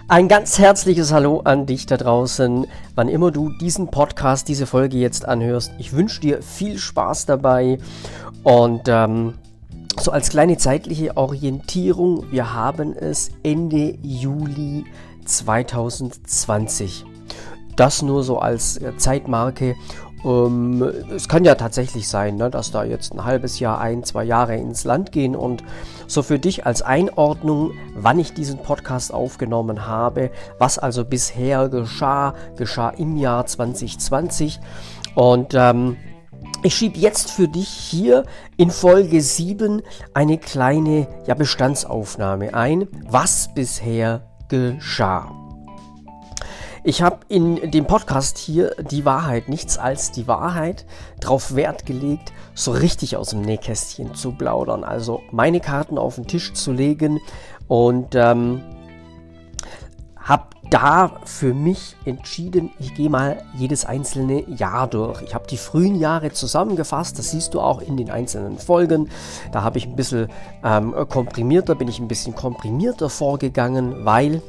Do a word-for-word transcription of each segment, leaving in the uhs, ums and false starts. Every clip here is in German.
Ein ganz herzliches Hallo an dich da draußen, wann immer du diesen Podcast, diese Folge jetzt anhörst. Ich wünsche dir viel Spaß dabei und ähm, so als kleine zeitliche Orientierung, wir haben es Ende Juli zwanzig zwanzig. Das nur so als äh, Zeitmarke. Ähm, es kann ja tatsächlich sein, ne, dass da jetzt ein halbes Jahr, ein, zwei Jahre ins Land gehen und so für dich als Einordnung, wann ich diesen Podcast aufgenommen habe, was also bisher geschah, geschah im Jahr zwanzig zwanzig und ähm, ich schiebe jetzt für dich hier in Folge sieben eine kleine ja, Bestandsaufnahme ein, was bisher geschah. Ich habe in dem Podcast hier die Wahrheit, nichts als die Wahrheit, darauf Wert gelegt, so richtig aus dem Nähkästchen zu plaudern. Also meine Karten auf den Tisch zu legen und ähm, habe da für mich entschieden, ich gehe mal jedes einzelne Jahr durch. Ich habe die frühen Jahre zusammengefasst, das siehst du auch in den einzelnen Folgen. Da habe ich ein bisschen ähm, komprimierter, bin ich ein bisschen komprimierter vorgegangen, weil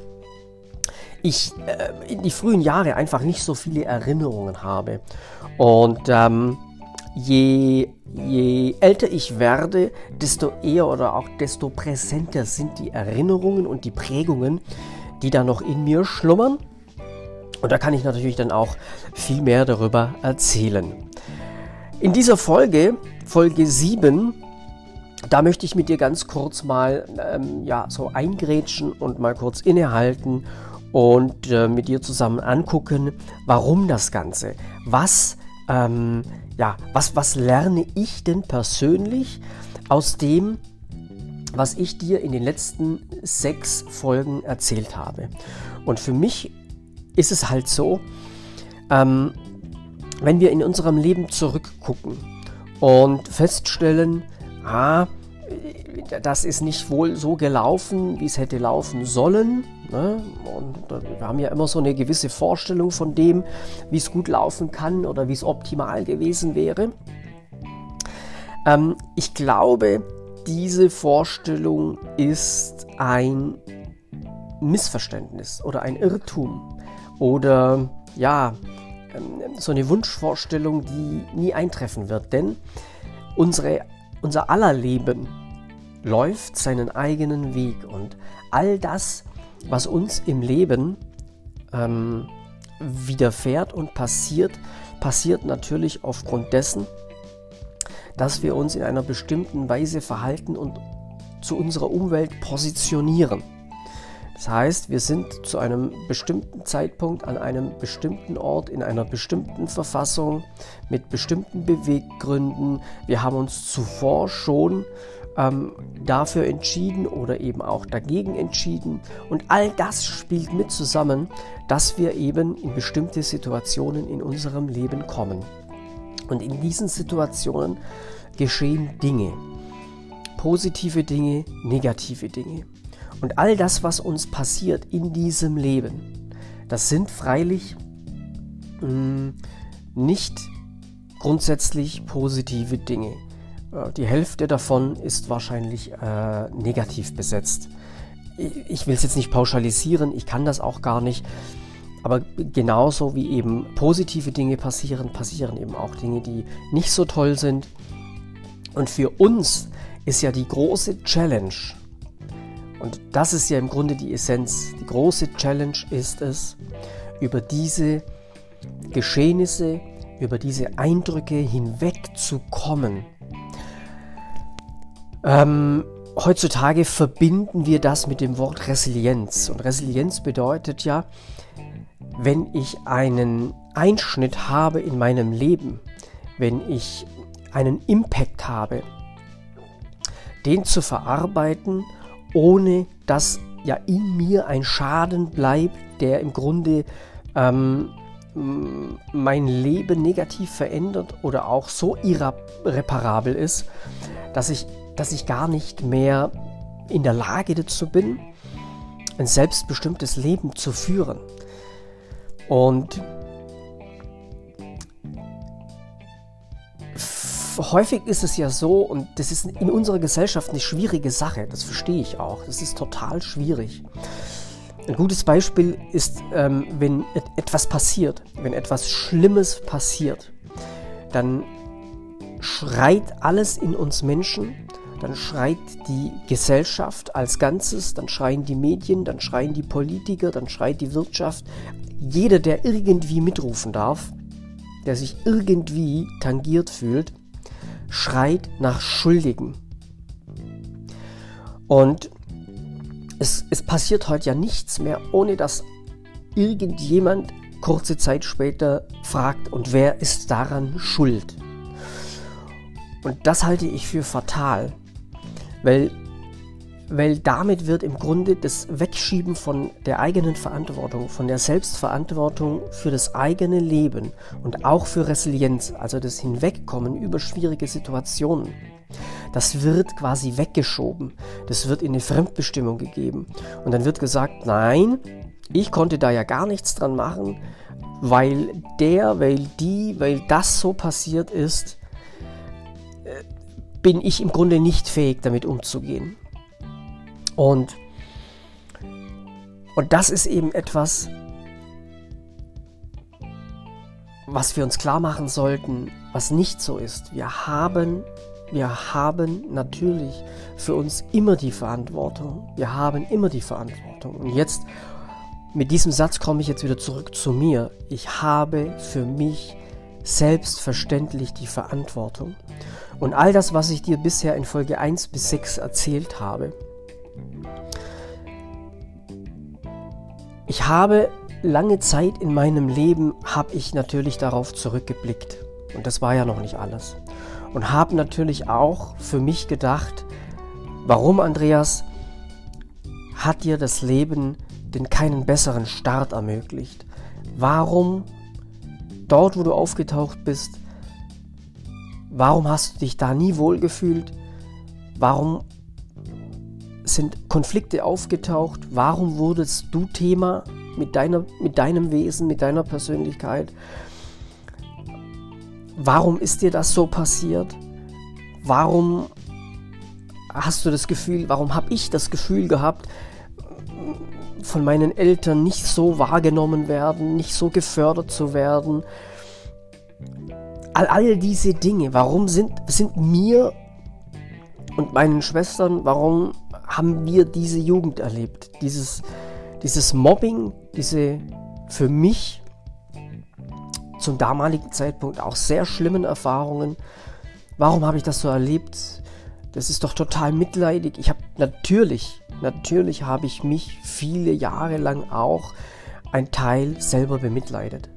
ich äh, in die frühen Jahre einfach nicht so viele Erinnerungen habe. Und ähm, je, je älter ich werde, desto eher oder auch desto präsenter sind die Erinnerungen und die Prägungen, die da noch in mir schlummern. Und da kann ich natürlich dann auch viel mehr darüber erzählen. In dieser Folge, Folge sieben, da möchte ich mit dir ganz kurz mal ähm, ja, so eingrätschen und mal kurz innehalten und äh, mit dir zusammen angucken, warum das Ganze, was, ähm, ja, was, was lerne ich denn persönlich aus dem, was ich dir in den letzten sechs Folgen erzählt habe. Und für mich ist es halt so, ähm, wenn wir in unserem Leben zurückgucken und feststellen, ah, das ist nicht wohl so gelaufen, wie es hätte laufen sollen. Ne? Und wir haben ja immer so eine gewisse Vorstellung von dem, wie es gut laufen kann oder wie es optimal gewesen wäre. Ähm, ich glaube, diese Vorstellung ist ein Missverständnis oder ein Irrtum oder ja, so eine Wunschvorstellung, die nie eintreffen wird. Denn unsere, unser aller Leben läuft seinen eigenen Weg und all das, was uns im Leben ähm, widerfährt und passiert, passiert natürlich aufgrund dessen, dass wir uns in einer bestimmten Weise verhalten und zu unserer Umwelt positionieren. Das heißt, wir sind zu einem bestimmten Zeitpunkt an einem bestimmten Ort, in einer bestimmten Verfassung, mit bestimmten Beweggründen. Wir haben uns zuvor schon ähm, dafür entschieden oder eben auch dagegen entschieden. Und all das spielt mit zusammen, dass wir eben in bestimmte Situationen in unserem Leben kommen. Und in diesen Situationen geschehen Dinge. Positive Dinge, negative Dinge. Und all das, was uns passiert in diesem Leben, das sind freilich mh, nicht grundsätzlich positive Dinge. Äh, die Hälfte davon ist wahrscheinlich äh, negativ besetzt. Ich, ich will es jetzt nicht pauschalisieren, ich kann das auch gar nicht. Aber genauso wie eben positive Dinge passieren, passieren eben auch Dinge, die nicht so toll sind. Und für uns ist ja die große Challenge, und das ist ja im Grunde die Essenz, die große Challenge ist es, über diese Geschehnisse, über diese Eindrücke hinwegzukommen. Ähm, heutzutage verbinden wir das mit dem Wort Resilienz. Und Resilienz bedeutet ja, wenn ich einen Einschnitt habe in meinem Leben, wenn ich einen Impact habe, den zu verarbeiten, ohne dass ja in mir ein Schaden bleibt, der im Grunde ähm, mein Leben negativ verändert oder auch so irreparabel ist, dass ich, dass ich gar nicht mehr in der Lage dazu bin, ein selbstbestimmtes Leben zu führen. Und häufig ist es ja so, und das ist in unserer Gesellschaft eine schwierige Sache, das verstehe ich auch, das ist total schwierig. Ein gutes Beispiel ist, ähm, wenn et- etwas passiert, wenn etwas Schlimmes passiert, dann schreit alles in uns Menschen, dann schreit die Gesellschaft als Ganzes, dann schreien die Medien, dann schreien die Politiker, dann schreit die Wirtschaft. Jeder, der irgendwie mitrufen darf, der sich irgendwie tangiert fühlt, schreit nach Schuldigen. Und es, es passiert heute ja nichts mehr, ohne dass irgendjemand kurze Zeit später fragt, und wer ist daran schuld? Und das halte ich für fatal, weil, weil damit wird im Grunde das Wegschieben von der eigenen Verantwortung, von der Selbstverantwortung für das eigene Leben und auch für Resilienz, also das Hinwegkommen über schwierige Situationen, das wird quasi weggeschoben, das wird in eine Fremdbestimmung gegeben. Und dann wird gesagt, nein, ich konnte da ja gar nichts dran machen, weil der, weil die, weil das so passiert ist, bin ich im Grunde nicht fähig, damit umzugehen. Und, und das ist eben etwas, was wir uns klar machen sollten, was nicht so ist. Wir haben, wir haben natürlich für uns immer die Verantwortung. Wir haben immer die Verantwortung. Und jetzt, mit diesem Satz komme ich jetzt wieder zurück zu mir. Ich habe für mich selbstverständlich die Verantwortung. Und all das, was ich dir bisher in Folge eins bis sechs erzählt habe, ich habe lange Zeit in meinem Leben, habe ich natürlich darauf zurückgeblickt. Und das war ja noch nicht alles. Und habe natürlich auch für mich gedacht, warum, Andreas, hat dir das Leben denn keinen besseren Start ermöglicht? Warum, dort wo du aufgetaucht bist, warum hast du dich da nie wohlgefühlt? Warum sind Konflikte aufgetaucht? Warum wurdest du Thema mit, deiner, mit deinem Wesen, mit deiner Persönlichkeit? Warum ist dir das so passiert? Warum hast du das Gefühl, warum habe ich das Gefühl gehabt, von meinen Eltern nicht so wahrgenommen werden, nicht so gefördert zu werden? All, all diese Dinge, warum sind, sind mir und meinen Schwestern, warum haben wir diese Jugend erlebt? Dieses, dieses Mobbing, diese für mich zum damaligen Zeitpunkt auch sehr schlimmen Erfahrungen. Warum habe ich das so erlebt? Das ist doch total mitleidig. Ich habe natürlich, natürlich habe ich mich viele Jahre lang auch ein Teil selber bemitleidet.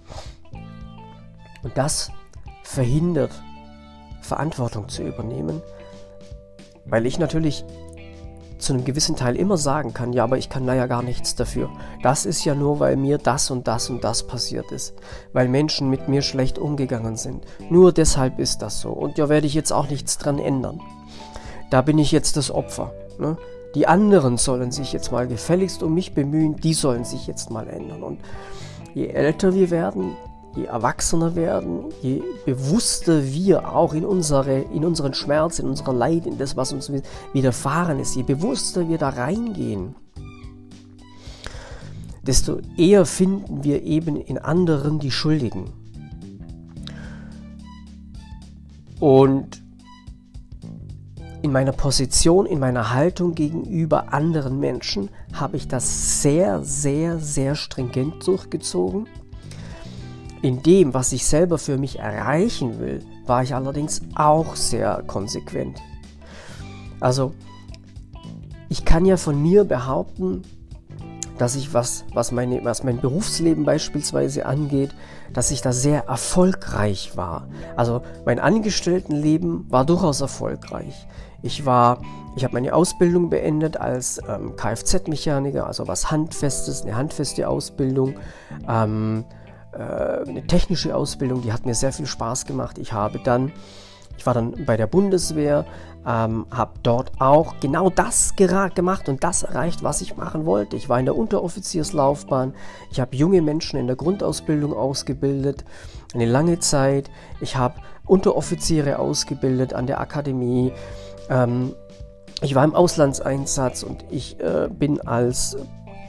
Und das verhindert, Verantwortung zu übernehmen, weil ich natürlich zu einem gewissen Teil immer sagen kann, ja, aber ich kann da ja gar nichts dafür. Das ist ja nur, weil mir das und das und das passiert ist, weil Menschen mit mir schlecht umgegangen sind. Nur deshalb ist das so und da werde ich jetzt auch nichts dran ändern. Da bin ich jetzt das Opfer. Ne? Die anderen sollen sich jetzt mal gefälligst um mich bemühen, die sollen sich jetzt mal ändern. Und je älter wir werden, je erwachsener werden, je bewusster wir auch in, unsere, in unseren Schmerz, in unser Leid, in das, was uns widerfahren ist, je bewusster wir da reingehen, desto eher finden wir eben in anderen die Schuldigen. Und in meiner Position, in meiner Haltung gegenüber anderen Menschen habe ich das sehr, sehr, sehr stringent durchgezogen. In dem, was ich selber für mich erreichen will, war ich allerdings auch sehr konsequent. Also, ich kann ja von mir behaupten, dass ich, was, was, meine, was mein Berufsleben beispielsweise angeht, dass ich da sehr erfolgreich war. Also, mein Angestelltenleben war durchaus erfolgreich. Ich war, ich habe meine Ausbildung beendet als ähm, Kfz-Mechaniker, also was Handfestes, eine handfeste Ausbildung, ähm, eine technische Ausbildung, die hat mir sehr viel Spaß gemacht. Ich habe dann, ich war dann bei der Bundeswehr, ähm, habe dort auch genau das gemacht und das erreicht, was ich machen wollte. Ich war in der Unteroffizierslaufbahn, ich habe junge Menschen in der Grundausbildung ausgebildet, eine lange Zeit. Ich habe Unteroffiziere ausgebildet an der Akademie. Ähm, ich war im Auslandseinsatz und ich äh, bin als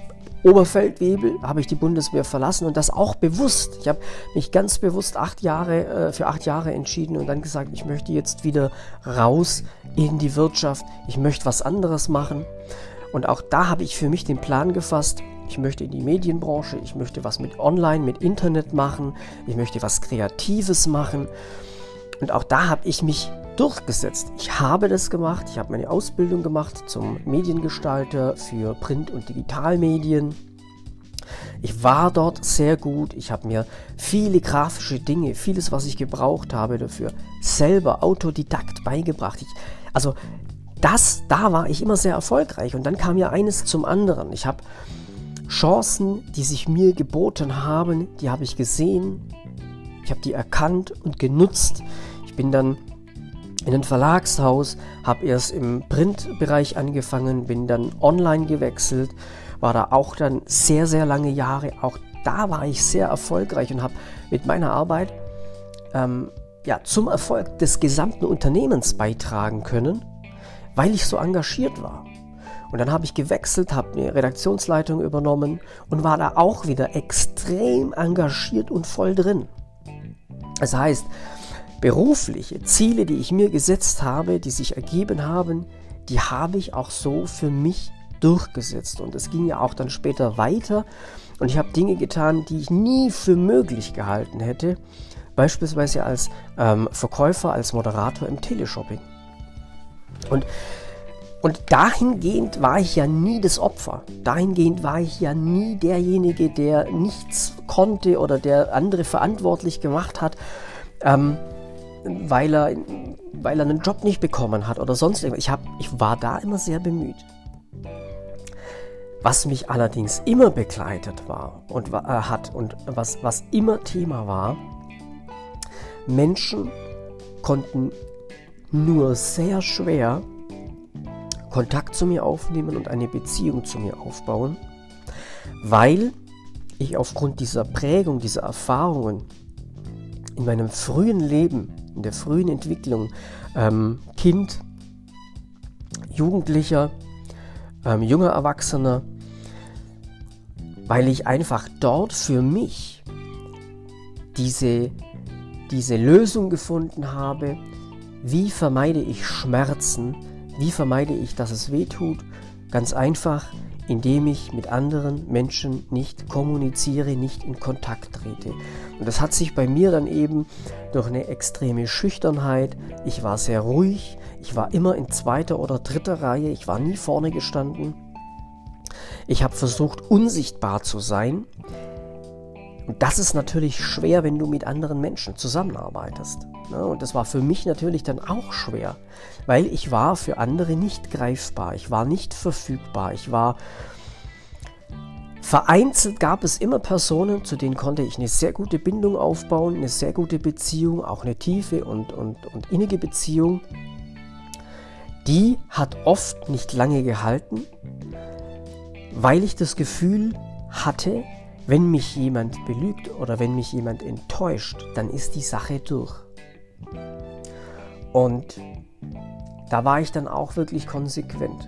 Oberfeldwebel habe ich die Bundeswehr verlassen und das auch bewusst. Ich habe mich ganz bewusst acht Jahre, äh, für acht Jahre entschieden und dann gesagt, ich möchte jetzt wieder raus in die Wirtschaft. Ich möchte was anderes machen. Und auch da habe ich für mich den Plan gefasst, ich möchte in die Medienbranche, ich möchte was mit Online, mit Internet machen, ich möchte was Kreatives machen. Und auch da habe ich mich durchgesetzt. Ich habe das gemacht, ich habe meine Ausbildung gemacht zum Mediengestalter für Print- und Digitalmedien. Ich war dort sehr gut, ich habe mir viele grafische Dinge, vieles, was ich gebraucht habe dafür, selber autodidakt beigebracht. Ich, also das, da war ich immer sehr erfolgreich und dann kam ja eines zum anderen. Ich habe Chancen, die sich mir geboten haben, die habe ich gesehen, ich habe die erkannt und genutzt. Ich bin dann in ein Verlagshaus, habe erst im Printbereich angefangen, bin dann online gewechselt, war da auch dann sehr, sehr lange Jahre. Auch da war ich sehr erfolgreich und habe mit meiner Arbeit ähm, ja, zum Erfolg des gesamten Unternehmens beitragen können, weil ich so engagiert war. Und dann habe ich gewechselt, habe eine Redaktionsleitung übernommen und war da auch wieder extrem engagiert und voll drin. Das heißt, berufliche Ziele, die ich mir gesetzt habe, die sich ergeben haben, die habe ich auch so für mich durchgesetzt. Und es ging ja auch dann später weiter und ich habe Dinge getan, die ich nie für möglich gehalten hätte, beispielsweise als ähm, Verkäufer, als Moderator im Teleshopping. Und, und dahingehend war ich ja nie das Opfer. Dahingehend war ich ja nie derjenige, der nichts konnte oder der andere verantwortlich gemacht hat, ähm, weil er, weil er einen Job nicht bekommen hat oder sonst irgendwas. Ich, hab, ich war da immer sehr bemüht. Was mich allerdings immer begleitet war und äh, hat und was, was immer Thema war, Menschen konnten nur sehr schwer Kontakt zu mir aufnehmen und eine Beziehung zu mir aufbauen, weil ich aufgrund dieser Prägung, dieser Erfahrungen in meinem frühen Leben, in der frühen Entwicklung, ähm, Kind, Jugendlicher, ähm, junger Erwachsener, weil ich einfach dort für mich diese, diese Lösung gefunden habe, wie vermeide ich Schmerzen, wie vermeide ich, dass es weh tut, ganz einfach, indem ich mit anderen Menschen nicht kommuniziere, nicht in Kontakt trete. Und das hat sich bei mir dann eben durch eine extreme Schüchternheit, ich war sehr ruhig, ich war immer in zweiter oder dritter Reihe, ich war nie vorne gestanden. Ich habe versucht, unsichtbar zu sein. Und das ist natürlich schwer, wenn du mit anderen Menschen zusammenarbeitest. Und das war für mich natürlich dann auch schwer, weil ich war für andere nicht greifbar, ich war nicht verfügbar, ich war vereinzelt, gab es immer Personen, zu denen konnte ich eine sehr gute Bindung aufbauen, eine sehr gute Beziehung, auch eine tiefe und, und, und innige Beziehung. Die hat oft nicht lange gehalten, weil ich das Gefühl hatte, wenn mich jemand belügt oder wenn mich jemand enttäuscht, dann ist die Sache durch. Und da war ich dann auch wirklich konsequent.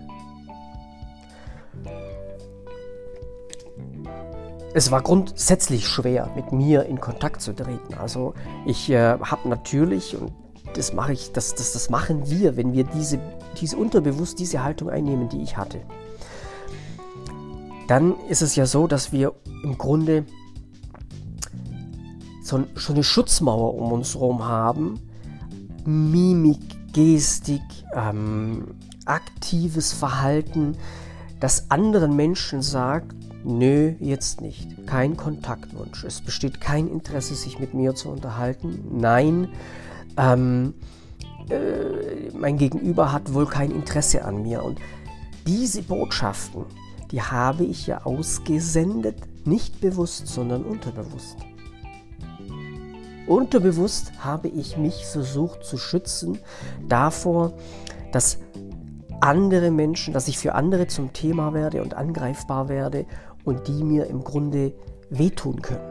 Es war grundsätzlich schwer, mit mir in Kontakt zu treten. Also ich äh, habe natürlich, und das mache ich, das, das, das machen wir, wenn wir diese, diese unterbewusst diese Haltung einnehmen, die ich hatte. Dann ist es ja so, dass wir im Grunde so, so eine Schutzmauer um uns herum haben. Mimik, Gestik, ähm, aktives Verhalten, das anderen Menschen sagt, nö, jetzt nicht. Kein Kontaktwunsch. Es besteht kein Interesse, sich mit mir zu unterhalten. Nein, ähm, äh, mein Gegenüber hat wohl kein Interesse an mir. Und diese Botschaften, die habe ich ja ausgesendet, nicht bewusst, sondern unterbewusst. Unterbewusst habe ich mich versucht zu schützen davor, dass andere Menschen, dass ich für andere zum Thema werde und angreifbar werde und die mir im Grunde wehtun können.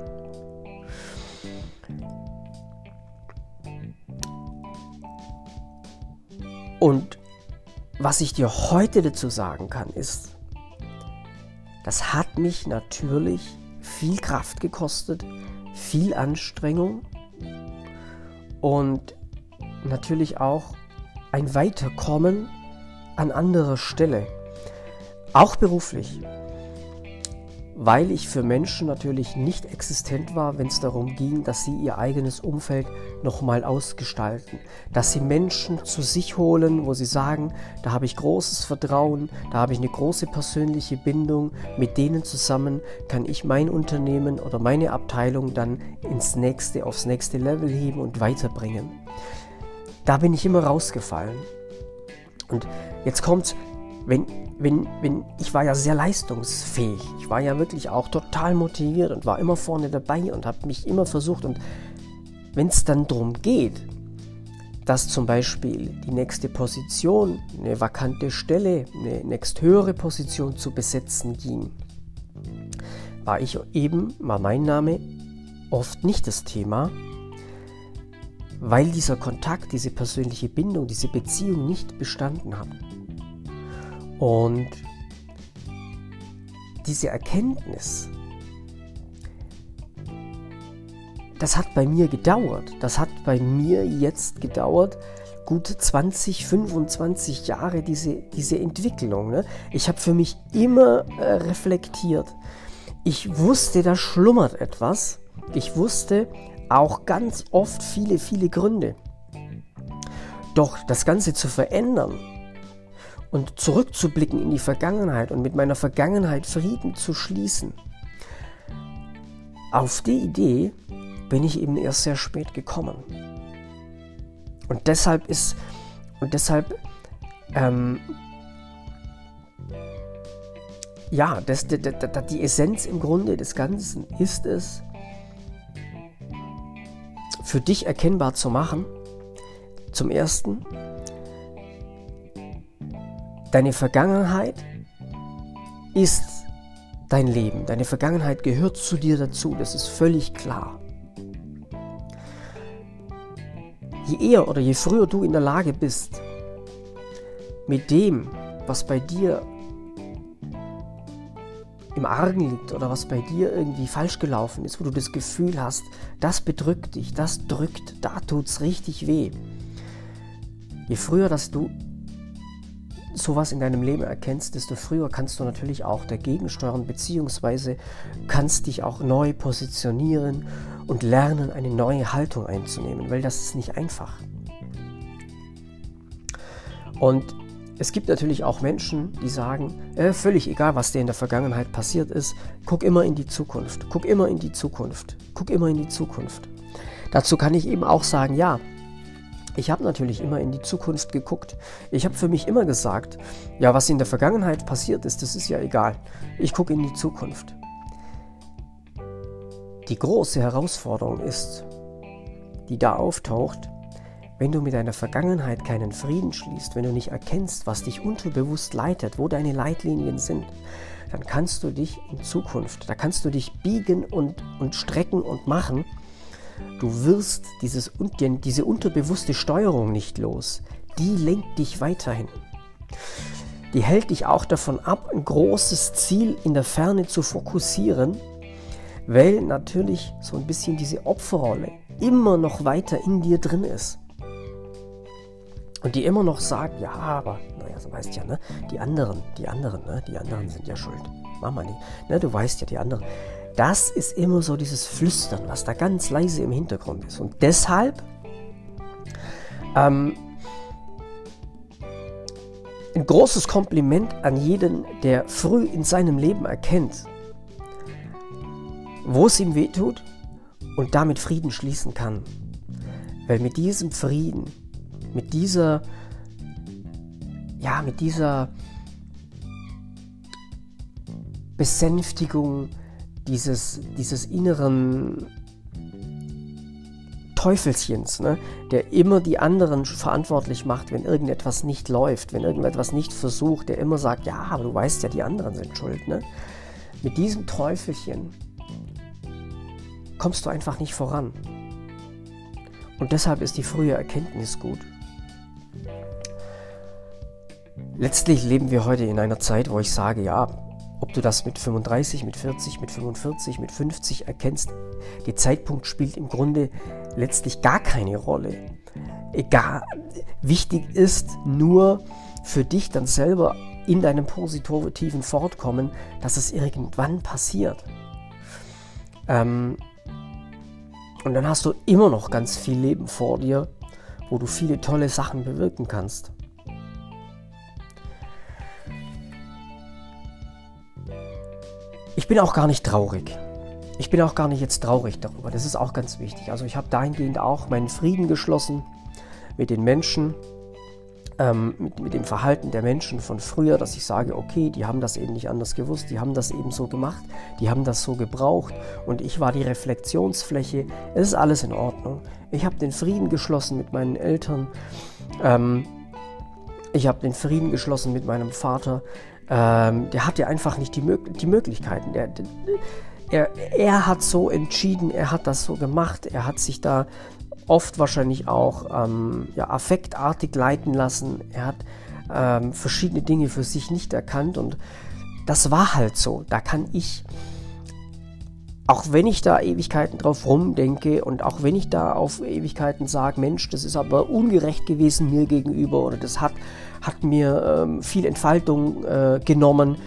Und was ich dir heute dazu sagen kann, ist, Das hat mich natürlich viel Kraft gekostet, viel Anstrengung und natürlich auch ein Weiterkommen an anderer Stelle, auch beruflich, weil ich für Menschen natürlich nicht existent war, wenn es darum ging, dass sie ihr eigenes Umfeld nochmal ausgestalten, dass sie Menschen zu sich holen, wo sie sagen, da habe ich großes Vertrauen, da habe ich eine große persönliche Bindung, mit denen zusammen kann ich mein Unternehmen oder meine Abteilung dann ins nächste, aufs nächste Level heben und weiterbringen. Da bin ich immer rausgefallen. Und jetzt kommt's, wenn, wenn, wenn, ich war ja sehr leistungsfähig, ich war ja wirklich auch total motiviert und war immer vorne dabei und habe mich immer versucht. Und wenn es dann darum geht, dass zum Beispiel die nächste Position, eine vakante Stelle, eine nächsthöhere Position zu besetzen ging, war ich eben, war mein Name oft nicht das Thema, weil dieser Kontakt, diese persönliche Bindung, diese Beziehung nicht bestanden hat. Und diese Erkenntnis, das hat bei mir gedauert. Das hat bei mir jetzt gedauert, gut zwanzig, fünfundzwanzig Jahre, diese, diese Entwicklung. Ne? Ich habe für mich immer äh, reflektiert. Ich wusste, da schlummert etwas. Ich wusste auch ganz oft viele, viele Gründe. Doch das Ganze zu verändern und zurückzublicken in die Vergangenheit und mit meiner Vergangenheit Frieden zu schließen, auf die Idee bin ich eben erst sehr spät gekommen. Und deshalb ist, und deshalb, ähm, ja, das, das, das, die Essenz im Grunde des Ganzen ist es, für dich erkennbar zu machen, zum Ersten, deine Vergangenheit ist dein Leben. Deine Vergangenheit gehört zu dir dazu, das ist völlig klar. Je eher oder je früher du in der Lage bist, mit dem, was bei dir im Argen liegt oder was bei dir irgendwie falsch gelaufen ist, wo du das Gefühl hast, das bedrückt dich, das drückt, da tut's richtig weh. Je früher, dass du sowas in deinem Leben erkennst, desto früher kannst du natürlich auch dagegen steuern, beziehungsweise kannst dich auch neu positionieren und lernen, eine neue Haltung einzunehmen, weil das ist nicht einfach. Und es gibt natürlich auch Menschen, die sagen, äh, völlig egal, was dir in der Vergangenheit passiert ist, guck immer in die Zukunft, guck immer in die Zukunft, guck immer in die Zukunft. Dazu kann ich eben auch sagen, ja, ich habe natürlich immer in die Zukunft geguckt. Ich habe für mich immer gesagt, ja, was in der Vergangenheit passiert ist, das ist ja egal. Ich gucke in die Zukunft. Die große Herausforderung ist, die da auftaucht, wenn du mit deiner Vergangenheit keinen Frieden schließt, wenn du nicht erkennst, was dich unterbewusst leitet, wo deine Leitlinien sind, dann kannst du dich in Zukunft, da kannst du dich biegen und, und strecken und machen. Du wirst dieses, diese unterbewusste Steuerung nicht los. Die lenkt dich weiterhin. Die hält dich auch davon ab, ein großes Ziel in der Ferne zu fokussieren, weil natürlich so ein bisschen diese Opferrolle immer noch weiter in dir drin ist. Und die immer noch sagt, ja, aber, naja, so weißt ja, ne, die anderen, die anderen, ne, die anderen sind ja schuld. Mach mal nicht, ne, du weißt ja, die anderen. Das ist immer so dieses Flüstern, was da ganz leise im Hintergrund ist. Und deshalb ähm, ein großes Kompliment an jeden, der früh in seinem Leben erkennt, wo es ihm wehtut und damit Frieden schließen kann. Weil mit diesem Frieden, mit dieser, ja, mit dieser Besänftigung dieses, dieses inneren Teufelchens, ne, der immer die anderen verantwortlich macht, wenn irgendetwas nicht läuft, wenn irgendetwas nicht versucht, der immer sagt, ja, aber du weißt ja, die anderen sind schuld. Ne? Mit diesem Teufelchen kommst du einfach nicht voran. Und deshalb ist die frühe Erkenntnis gut. Letztlich leben wir heute in einer Zeit, wo ich sage, ja, ob du das mit fünfunddreißig, mit vierzig, mit fünfundvierzig, mit fünfzig erkennst, der Zeitpunkt spielt im Grunde letztlich gar keine Rolle. Egal, wichtig ist nur für dich dann selber in deinem positiven Fortkommen, dass es irgendwann passiert. Ähm, und dann hast du immer noch ganz viel Leben vor dir, wo du viele tolle Sachen bewirken kannst. Ich bin auch gar nicht traurig. Ich bin auch gar nicht jetzt traurig darüber. Das ist auch ganz wichtig. Also ich habe dahingehend auch meinen Frieden geschlossen mit den Menschen, ähm, mit, mit dem Verhalten der Menschen von früher, dass ich sage, okay, die haben das eben nicht anders gewusst, die haben das eben so gemacht, die haben das so gebraucht und ich war die Reflexionsfläche. Es ist alles in Ordnung. Ich habe den Frieden geschlossen mit meinen Eltern. Ähm, ich habe den Frieden geschlossen mit meinem Vater. Ähm, der hatte einfach nicht die, Mö- die Möglichkeiten. Der, der, er, er hat so entschieden, er hat das so gemacht, er hat sich da oft wahrscheinlich auch ähm, ja, affektartig leiten lassen. Er hat ähm, verschiedene Dinge für sich nicht erkannt und das war halt so. Da kann ich, auch wenn ich da Ewigkeiten drauf rumdenke und auch wenn ich da auf Ewigkeiten sage, Mensch, das ist aber ungerecht gewesen mir gegenüber oder das hat, hat mir ähm, viel Entfaltung äh, genommen.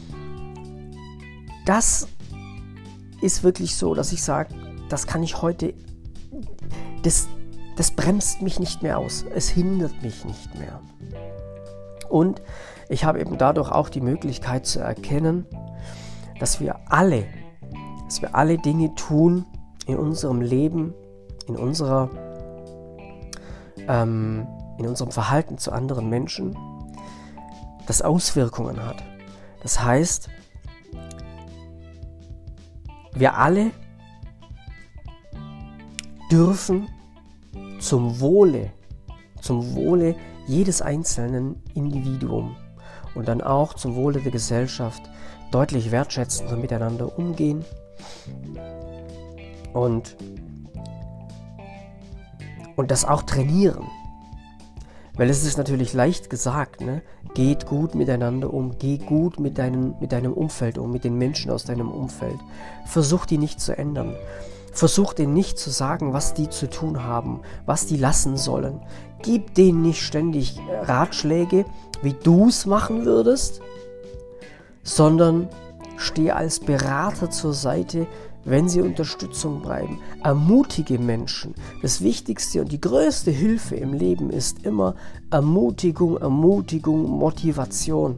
Das ist wirklich so, dass ich sage, das kann ich heute, das, das bremst mich nicht mehr aus, es hindert mich nicht mehr. Und ich habe eben dadurch auch die Möglichkeit zu erkennen, dass wir alle, dass wir alle Dinge tun in unserem Leben, in unserer, ähm, in unserem Verhalten zu anderen Menschen, das Auswirkungen hat. Das heißt, wir alle dürfen zum Wohle, zum Wohle jedes einzelnen Individuums und dann auch zum Wohle der Gesellschaft deutlich wertschätzender miteinander umgehen und, und das auch trainieren. Weil es ist natürlich leicht gesagt, ne? Geht gut miteinander um, geh gut mit, deinen, mit deinem Umfeld um, mit den Menschen aus deinem Umfeld. Versuch die nicht zu ändern. Versuch denen nicht zu sagen, was die zu tun haben, was die lassen sollen. Gib denen nicht ständig Ratschläge, wie du es machen würdest, sondern steh als Berater zur Seite, wenn sie Unterstützung brauchen. Ermutige Menschen. Das Wichtigste und die größte Hilfe im Leben ist immer Ermutigung, Ermutigung, Motivation.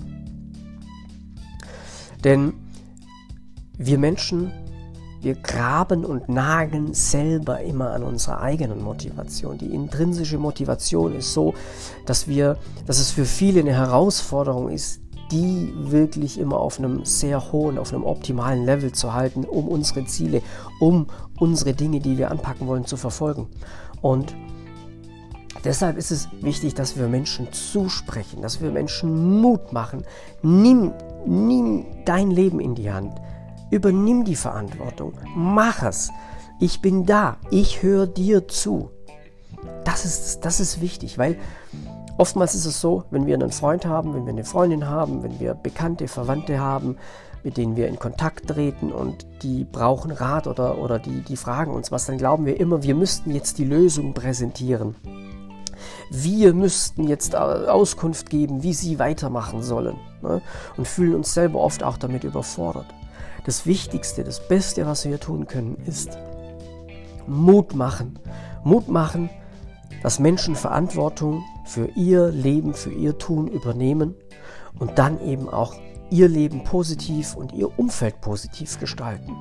Denn wir Menschen, wir graben und nagen selber immer an unserer eigenen Motivation. Die intrinsische Motivation ist so, dass wir, dass es für viele eine Herausforderung ist, die wirklich immer auf einem sehr hohen, auf einem optimalen Level zu halten, um unsere Ziele, um unsere Dinge, die wir anpacken wollen, zu verfolgen. Und deshalb ist es wichtig, dass wir Menschen zusprechen, dass wir Menschen Mut machen. Nimm, nimm dein Leben in die Hand. Übernimm die Verantwortung. Mach es. Ich bin da. Ich höre dir zu. Das ist, das ist wichtig, weil oftmals ist es so, wenn wir einen Freund haben, wenn wir eine Freundin haben, wenn wir Bekannte, Verwandte haben, mit denen wir in Kontakt treten und die brauchen Rat oder, oder die, die fragen uns was, dann glauben wir immer, wir müssten jetzt die Lösung präsentieren. Wir müssten jetzt Auskunft geben, wie sie weitermachen sollen, ne? Und fühlen uns selber oft auch damit überfordert. Das Wichtigste, das Beste, was wir tun können, ist Mut machen. Mut machen, dass Menschen Verantwortung für ihr Leben, für ihr Tun übernehmen und dann eben auch ihr Leben positiv und ihr Umfeld positiv gestalten.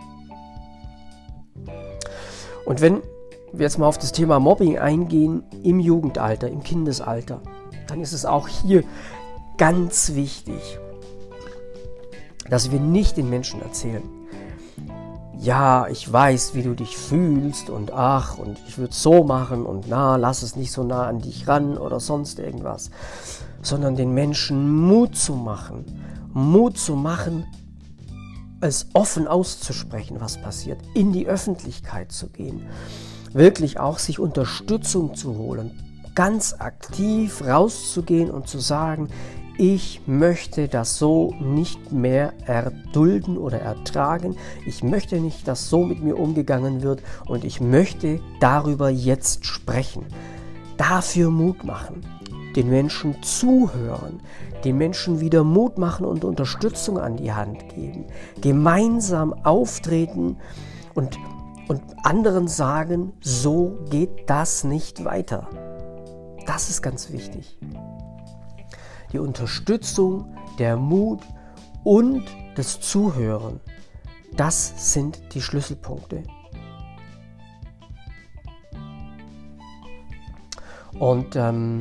Und wenn wir jetzt mal auf das Thema Mobbing eingehen, im Jugendalter, im Kindesalter, dann ist es auch hier ganz wichtig, dass wir nicht den Menschen erzählen, ja, ich weiß, wie du dich fühlst und ach, und ich würde es so machen und na, lass es nicht so nah an dich ran oder sonst irgendwas, sondern den Menschen Mut zu machen, Mut zu machen, es offen auszusprechen, was passiert, in die Öffentlichkeit zu gehen, wirklich auch sich Unterstützung zu holen, ganz aktiv rauszugehen und zu sagen, ich möchte das so nicht mehr erdulden oder ertragen. Ich möchte nicht, dass so mit mir umgegangen wird und ich möchte darüber jetzt sprechen. Dafür Mut machen, den Menschen zuhören, den Menschen wieder Mut machen und Unterstützung an die Hand geben, gemeinsam auftreten und, und anderen sagen, so geht das nicht weiter. Das ist ganz wichtig. Die Unterstützung, der Mut und das Zuhören, das sind die Schlüsselpunkte. Und ähm,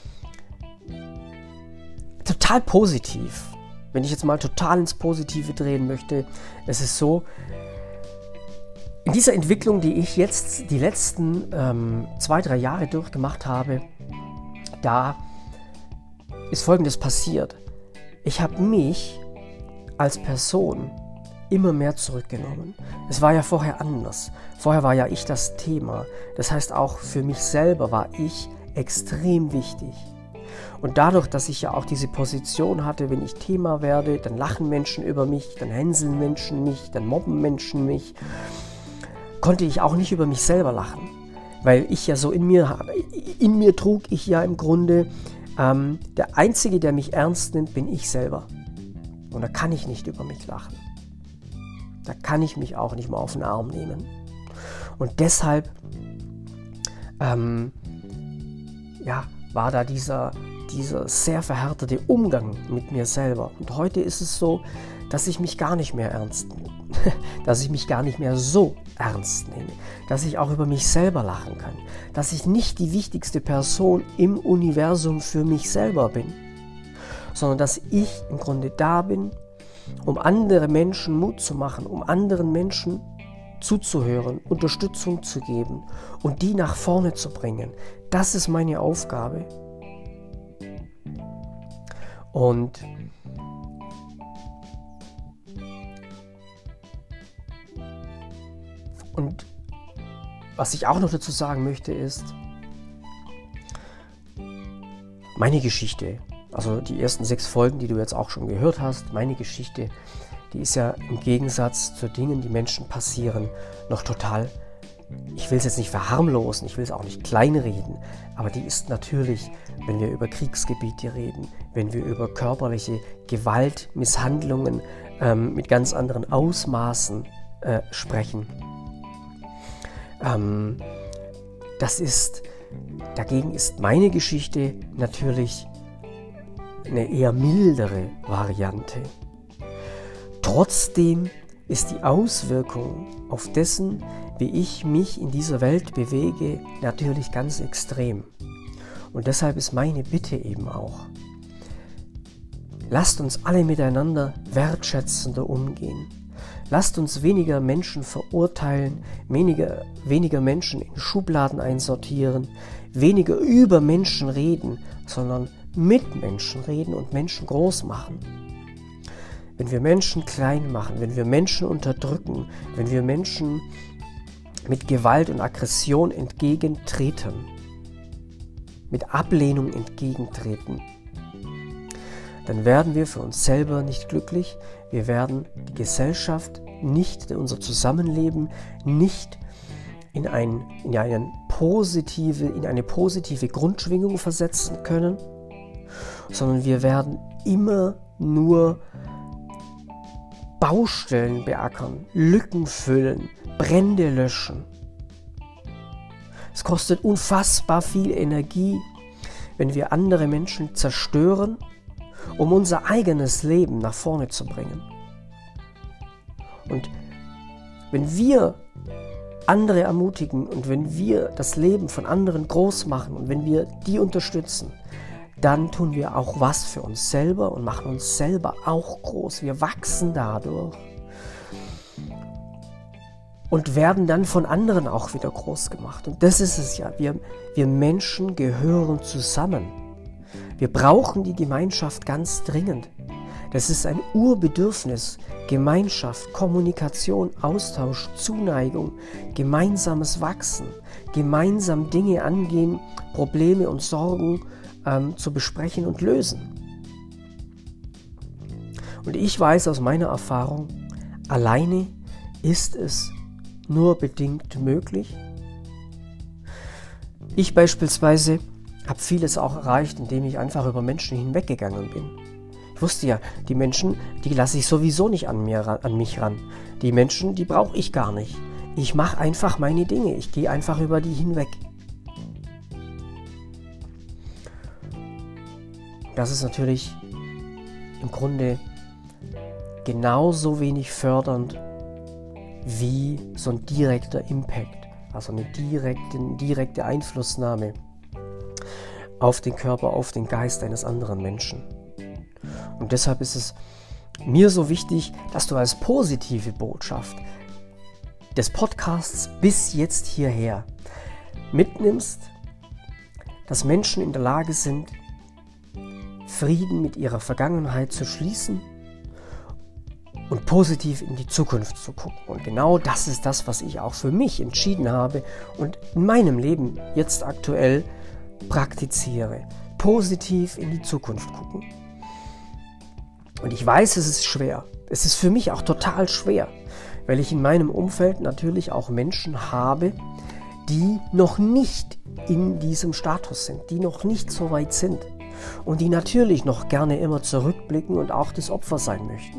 total positiv, wenn ich jetzt mal total ins Positive drehen möchte, es ist so, in dieser Entwicklung, die ich jetzt die letzten ähm, zwei, drei Jahre durchgemacht habe, da ist Folgendes passiert. Ich habe mich als Person immer mehr zurückgenommen. Es war ja vorher anders. Vorher war ja ich das Thema. Das heißt, auch für mich selber war ich extrem wichtig. Und dadurch, dass ich ja auch diese Position hatte, wenn ich Thema werde, dann lachen Menschen über mich, dann hänseln Menschen mich, dann mobben Menschen mich, konnte ich auch nicht über mich selber lachen. Weil ich ja so in mir, in mir trug ich ja im Grunde, ähm, der Einzige, der mich ernst nimmt, bin ich selber. Und da kann ich nicht über mich lachen. Da kann ich mich auch nicht mal auf den Arm nehmen. Und deshalb ähm, ja, war da dieser, dieser sehr verhärtete Umgang mit mir selber. Und heute ist es so, dass ich mich gar nicht mehr ernst nehme. Dass ich mich gar nicht mehr so ernst nehme. Dass ich auch über mich selber lachen kann. Dass ich nicht die wichtigste Person im Universum für mich selber bin. Sondern dass ich im Grunde da bin, um andere Menschen Mut zu machen, um anderen Menschen zuzuhören, Unterstützung zu geben und die nach vorne zu bringen. Das ist meine Aufgabe. Und und was ich auch noch dazu sagen möchte ist, meine Geschichte, also die ersten sechs Folgen, die du jetzt auch schon gehört hast, meine Geschichte, die ist ja im Gegensatz zu Dingen, die Menschen passieren, noch total, ich will es jetzt nicht verharmlosen, ich will es auch nicht kleinreden, aber die ist natürlich, wenn wir über Kriegsgebiete reden, wenn wir über körperliche Gewalt, Misshandlungen ähm, mit ganz anderen Ausmaßen äh, sprechen, ähm, das ist, dagegen ist meine Geschichte natürlich eine eher mildere Variante. Trotzdem ist die Auswirkung auf dessen, wie ich mich in dieser Welt bewege, natürlich ganz extrem. Und deshalb ist meine Bitte eben auch, lasst uns alle miteinander wertschätzender umgehen. Lasst uns weniger Menschen verurteilen, weniger, weniger Menschen in Schubladen einsortieren, weniger über Menschen reden, sondern mit Menschen reden und Menschen groß machen. Wenn wir Menschen klein machen, wenn wir Menschen unterdrücken, wenn wir Menschen mit Gewalt und Aggression entgegentreten, mit Ablehnung entgegentreten, dann werden wir für uns selber nicht glücklich, wir werden die Gesellschaft nicht, unser Zusammenleben nicht in, ein, in, eine positive, in eine positive Grundschwingung versetzen können, sondern wir werden immer nur Baustellen beackern, Lücken füllen, Brände löschen. Es kostet unfassbar viel Energie, wenn wir andere Menschen zerstören, um unser eigenes Leben nach vorne zu bringen. Und wenn wir andere ermutigen und wenn wir das Leben von anderen groß machen und wenn wir die unterstützen, dann tun wir auch was für uns selber und machen uns selber auch groß. Wir wachsen dadurch und werden dann von anderen auch wieder groß gemacht. Und das ist es ja. Wir, wir Menschen gehören zusammen. Wir brauchen die Gemeinschaft ganz dringend. Das ist ein Urbedürfnis. Gemeinschaft, Kommunikation, Austausch, Zuneigung, gemeinsames Wachsen, gemeinsam Dinge angehen, Probleme und Sorgen ähm, zu besprechen und lösen. Und ich weiß aus meiner Erfahrung, alleine ist es nur bedingt möglich. Ich beispielsweise habe vieles auch erreicht, indem ich einfach über Menschen hinweggegangen bin. Ich wusste ja, die Menschen, die lasse ich sowieso nicht an, mir, an mich ran. Die Menschen, die brauche ich gar nicht. Ich mache einfach meine Dinge. Ich gehe einfach über die hinweg. Das ist natürlich im Grunde genauso wenig fördernd wie so ein direkter Impact, also eine direkte, direkte Einflussnahme auf den Körper, auf den Geist eines anderen Menschen. Und deshalb ist es mir so wichtig, dass du als positive Botschaft des Podcasts bis jetzt hierher mitnimmst, dass Menschen in der Lage sind, Frieden mit ihrer Vergangenheit zu schließen und positiv in die Zukunft zu gucken. Und genau das ist das, was ich auch für mich entschieden habe und in meinem Leben jetzt aktuell praktiziere. Positiv in die Zukunft gucken. Und ich weiß, es ist schwer. Es ist für mich auch total schwer, weil ich in meinem Umfeld natürlich auch Menschen habe, die noch nicht in diesem Status sind, die noch nicht so weit sind und die natürlich noch gerne immer zurückblicken und auch das Opfer sein möchten.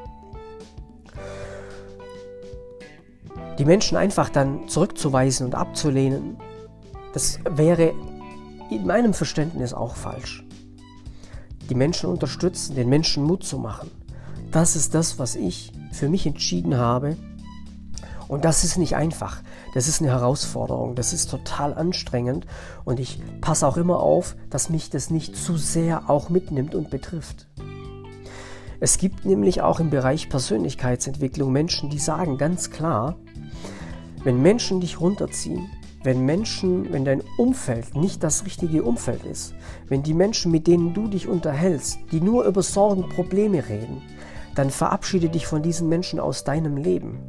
Die Menschen einfach dann zurückzuweisen und abzulehnen, das wäre in meinem Verständnis auch falsch. Die Menschen unterstützen, den Menschen Mut zu machen. Das ist das, was ich für mich entschieden habe. Und das ist nicht einfach. Das ist eine Herausforderung. Das ist total anstrengend. Und ich passe auch immer auf, dass mich das nicht zu sehr auch mitnimmt und betrifft. Es gibt nämlich auch im Bereich Persönlichkeitsentwicklung Menschen, die sagen ganz klar, wenn Menschen dich runterziehen, wenn Menschen, wenn dein Umfeld nicht das richtige Umfeld ist, wenn die Menschen, mit denen du dich unterhältst, die nur über Sorgen, Probleme reden, dann verabschiede dich von diesen Menschen aus deinem Leben.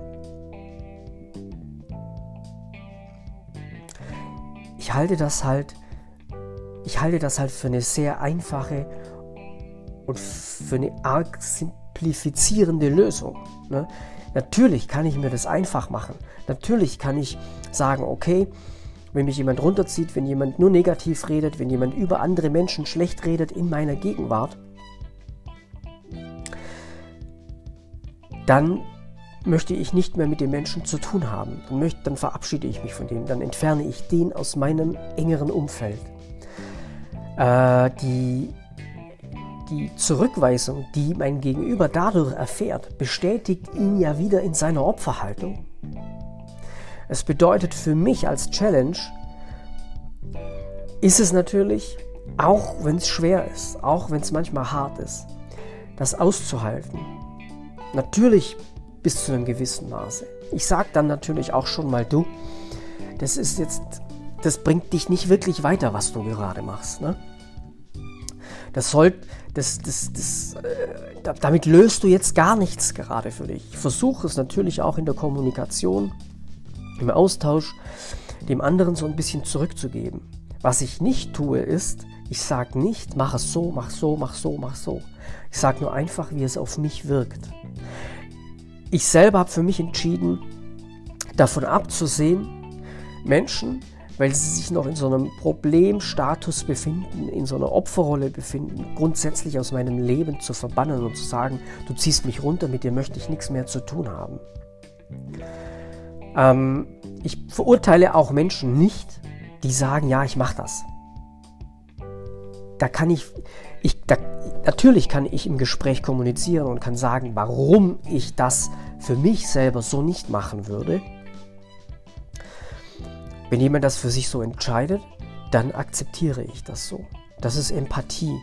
Ich halte das halt, ich halte das halt für eine sehr einfache und für eine arg simplifizierende Lösung. Ne? Natürlich kann ich mir das einfach machen. Natürlich kann ich sagen, okay, wenn mich jemand runterzieht, wenn jemand nur negativ redet, wenn jemand über andere Menschen schlecht redet in meiner Gegenwart, dann möchte ich nicht mehr mit dem Menschen zu tun haben. Dann, möchte, dann verabschiede ich mich von dem, dann entferne ich den aus meinem engeren Umfeld. Äh, die, die Zurückweisung, die mein Gegenüber dadurch erfährt, bestätigt ihn ja wieder in seiner Opferhaltung. Es bedeutet für mich als Challenge, ist es natürlich, auch wenn es schwer ist, auch wenn es manchmal hart ist, das auszuhalten. Natürlich bis zu einem gewissen Maße. Ich sage dann natürlich auch schon mal, du, das ist jetzt, das bringt dich nicht wirklich weiter, was du gerade machst. Ne? Das soll, das, das, das, äh, damit löst du jetzt gar nichts gerade für dich. Ich versuche es natürlich auch in der Kommunikation, im Austausch, dem anderen so ein bisschen zurückzugeben. Was ich nicht tue ist, ich sage nicht, mach es so, mach so, mach so, mach so. Ich sage nur einfach, wie es auf mich wirkt. Ich selber habe für mich entschieden, davon abzusehen, Menschen, weil sie sich noch in so einem Problemstatus befinden, in so einer Opferrolle befinden, grundsätzlich aus meinem Leben zu verbannen und zu sagen, du ziehst mich runter, mit dir möchte ich nichts mehr zu tun haben. Ähm, ich verurteile auch Menschen nicht, die sagen, ja, ich mache das. Da kann ich, ich da, natürlich kann ich im Gespräch kommunizieren und kann sagen, warum ich das für mich selber so nicht machen würde. Wenn jemand das für sich so entscheidet, dann akzeptiere ich das so. Das ist Empathie.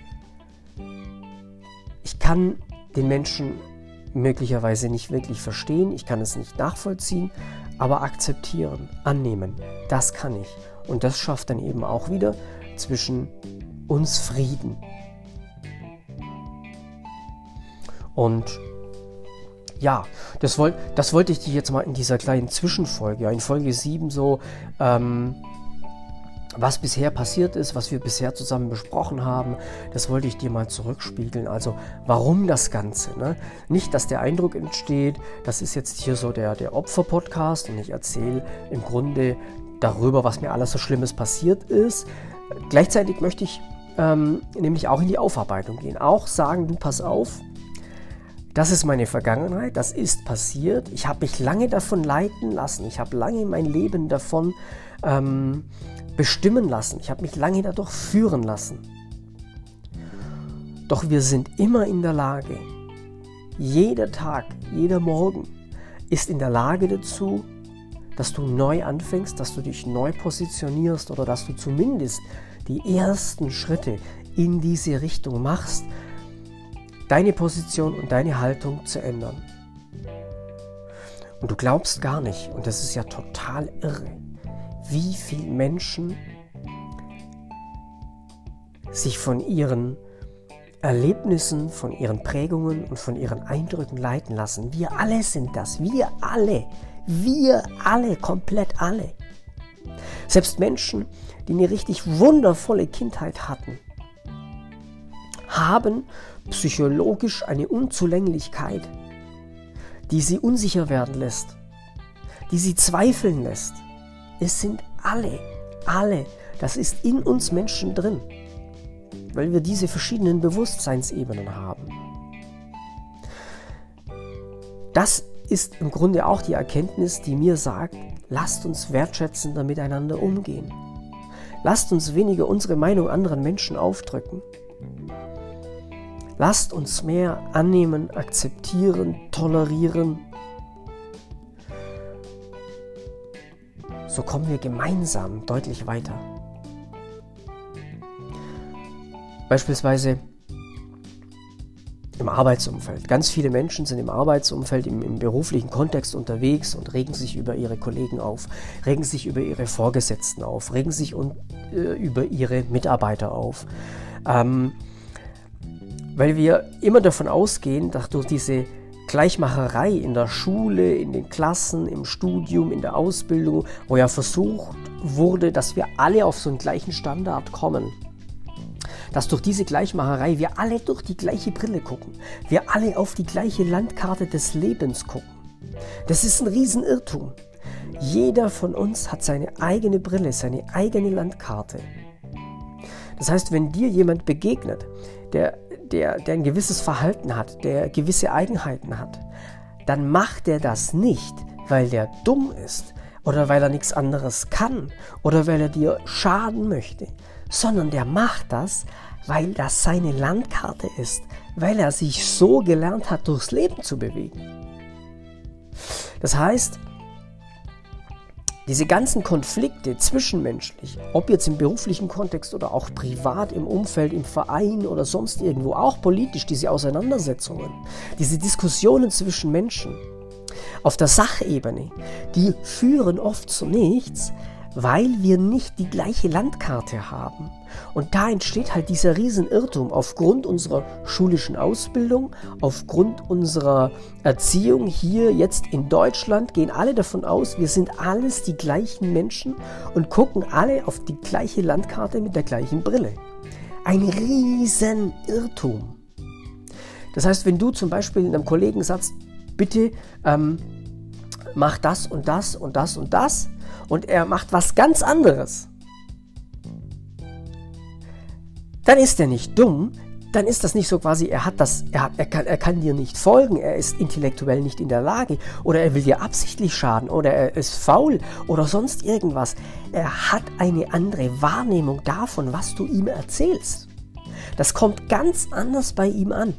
Ich kann den Menschen möglicherweise nicht wirklich verstehen, ich kann es nicht nachvollziehen, aber akzeptieren, annehmen, das kann ich. Und das schafft dann eben auch wieder zwischen uns Frieden. Und ja, das, wollt, das wollte ich dir jetzt mal in dieser kleinen Zwischenfolge, ja, in Folge sieben so ähm, was bisher passiert ist, was wir bisher zusammen besprochen haben, das wollte ich dir mal zurückspiegeln. Also warum das Ganze? Ne? Nicht, dass der Eindruck entsteht, das ist jetzt hier so der, der Opfer-Podcast und ich erzähle im Grunde darüber, was mir alles so Schlimmes passiert ist. Gleichzeitig möchte ich ähm, nämlich auch in die Aufarbeitung gehen. Auch sagen, du pass auf, das ist meine Vergangenheit, das ist passiert. Ich habe mich lange davon leiten lassen. Ich habe lange mein Leben davon ähm, bestimmen lassen. Ich habe mich lange dadurch führen lassen. Doch wir sind immer in der Lage, jeder Tag, jeder Morgen ist in der Lage dazu, dass du neu anfängst, dass du dich neu positionierst oder dass du zumindest die ersten Schritte in diese Richtung machst, deine Position und deine Haltung zu ändern. Und du glaubst gar nicht, und das ist ja total irre, wie viele Menschen sich von ihren Erlebnissen, von ihren Prägungen und von ihren Eindrücken leiten lassen. Wir alle sind das, wir alle, wir alle, komplett alle. Selbst Menschen, die eine richtig wundervolle Kindheit hatten, haben psychologisch eine Unzulänglichkeit, die sie unsicher werden lässt, die sie zweifeln lässt. Es sind alle, alle, das ist in uns Menschen drin, weil wir diese verschiedenen Bewusstseinsebenen haben. Das ist im Grunde auch die Erkenntnis, die mir sagt, lasst uns wertschätzender miteinander umgehen. Lasst uns weniger unsere Meinung anderen Menschen aufdrücken. Lasst uns mehr annehmen, akzeptieren, tolerieren. So kommen wir gemeinsam deutlich weiter. Beispielsweise im Arbeitsumfeld. Ganz viele Menschen sind im Arbeitsumfeld, im, im beruflichen Kontext unterwegs und regen sich über ihre Kollegen auf, regen sich über ihre Vorgesetzten auf, regen sich un, äh, über ihre Mitarbeiter auf. Ähm, weil wir immer davon ausgehen, dass durch diese Gleichmacherei in der Schule, in den Klassen, im Studium, in der Ausbildung, wo ja versucht wurde, dass wir alle auf so einen gleichen Standard kommen, dass durch diese Gleichmacherei wir alle durch die gleiche Brille gucken, wir alle auf die gleiche Landkarte des Lebens gucken. Das ist ein Riesenirrtum. Jeder von uns hat seine eigene Brille, seine eigene Landkarte. Das heißt, wenn dir jemand begegnet, der, der, der ein gewisses Verhalten hat, der gewisse Eigenheiten hat, dann macht er das nicht, weil der dumm ist oder weil er nichts anderes kann oder weil er dir schaden möchte, sondern der macht das, weil das seine Landkarte ist, weil er sich so gelernt hat, durchs Leben zu bewegen. Das heißt, diese ganzen Konflikte zwischenmenschlich, ob jetzt im beruflichen Kontext oder auch privat, im Umfeld, im Verein oder sonst irgendwo, auch politisch, diese Auseinandersetzungen, diese Diskussionen zwischen Menschen auf der Sachebene, die führen oft zu nichts, weil wir nicht die gleiche Landkarte haben. Und da entsteht halt dieser Riesenirrtum aufgrund unserer schulischen Ausbildung, aufgrund unserer Erziehung hier jetzt in Deutschland, gehen alle davon aus, wir sind alles die gleichen Menschen und gucken alle auf die gleiche Landkarte mit der gleichen Brille. Ein Riesenirrtum. Das heißt, wenn du zum Beispiel einem Kollegen sagst, bitte ähm, mach das und das und das und das, und er macht was ganz anderes, dann ist er nicht dumm, dann ist das nicht so quasi, er hat das, er, hat, er, kann, er kann dir nicht folgen, er ist intellektuell nicht in der Lage oder er will dir absichtlich schaden oder er ist faul oder sonst irgendwas. Er hat eine andere Wahrnehmung davon, was du ihm erzählst. Das kommt ganz anders bei ihm an.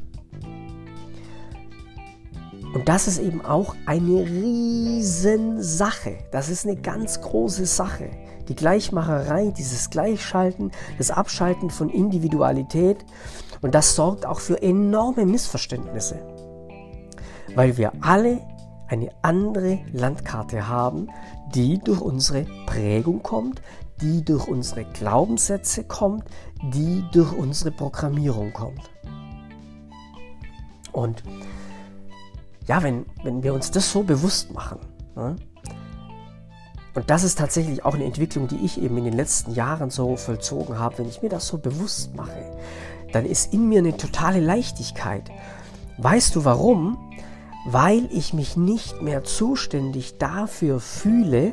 Und das ist eben auch eine Riesensache. Das ist eine ganz große Sache. Die Gleichmacherei, dieses Gleichschalten, das Abschalten von Individualität. Und das sorgt auch für enorme Missverständnisse. Weil wir alle eine andere Landkarte haben, die durch unsere Prägung kommt, die durch unsere Glaubenssätze kommt, die durch unsere Programmierung kommt. Und ja, wenn, wenn wir uns das so bewusst machen, ne, Und das ist tatsächlich auch eine Entwicklung, die ich eben in den letzten Jahren so vollzogen habe. Wenn ich mir das so bewusst mache, dann ist in mir eine totale Leichtigkeit. Weißt du warum? Weil ich mich nicht mehr zuständig dafür fühle,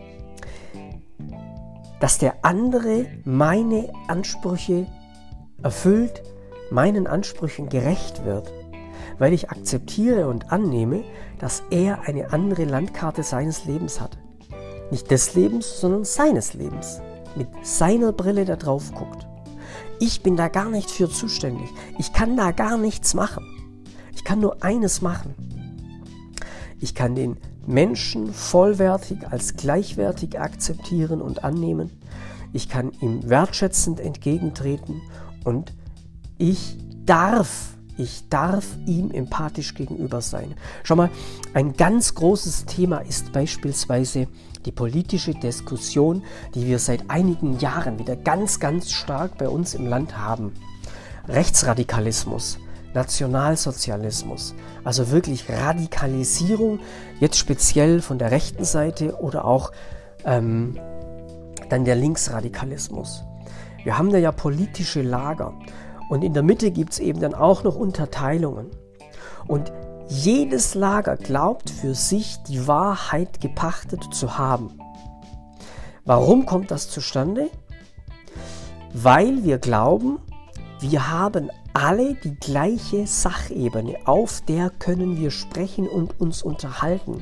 dass der andere meine Ansprüche erfüllt, meinen Ansprüchen gerecht wird, weil ich akzeptiere und annehme, dass er eine andere Landkarte seines Lebens hat. Nicht des Lebens, sondern seines Lebens, mit seiner Brille da drauf guckt. Ich bin da gar nicht für zuständig. Ich kann da gar nichts machen. Ich kann nur eines machen. Ich kann den Menschen vollwertig als gleichwertig akzeptieren und annehmen. Ich kann ihm wertschätzend entgegentreten und ich darf, ich darf ihm empathisch gegenüber sein. Schau mal, ein ganz großes Thema ist beispielsweise die politische Diskussion, die wir seit einigen Jahren wieder ganz, ganz stark bei uns im Land haben. Rechtsradikalismus, Nationalsozialismus, also wirklich Radikalisierung, jetzt speziell von der rechten Seite oder auch ähm, dann der Linksradikalismus. Wir haben da ja politische Lager und in der Mitte gibt es eben dann auch noch Unterteilungen. Und jedes Lager glaubt für sich, die Wahrheit gepachtet zu haben. Warum kommt das zustande? Weil wir glauben, wir haben alle die gleiche Sachebene, auf der können wir sprechen und uns unterhalten.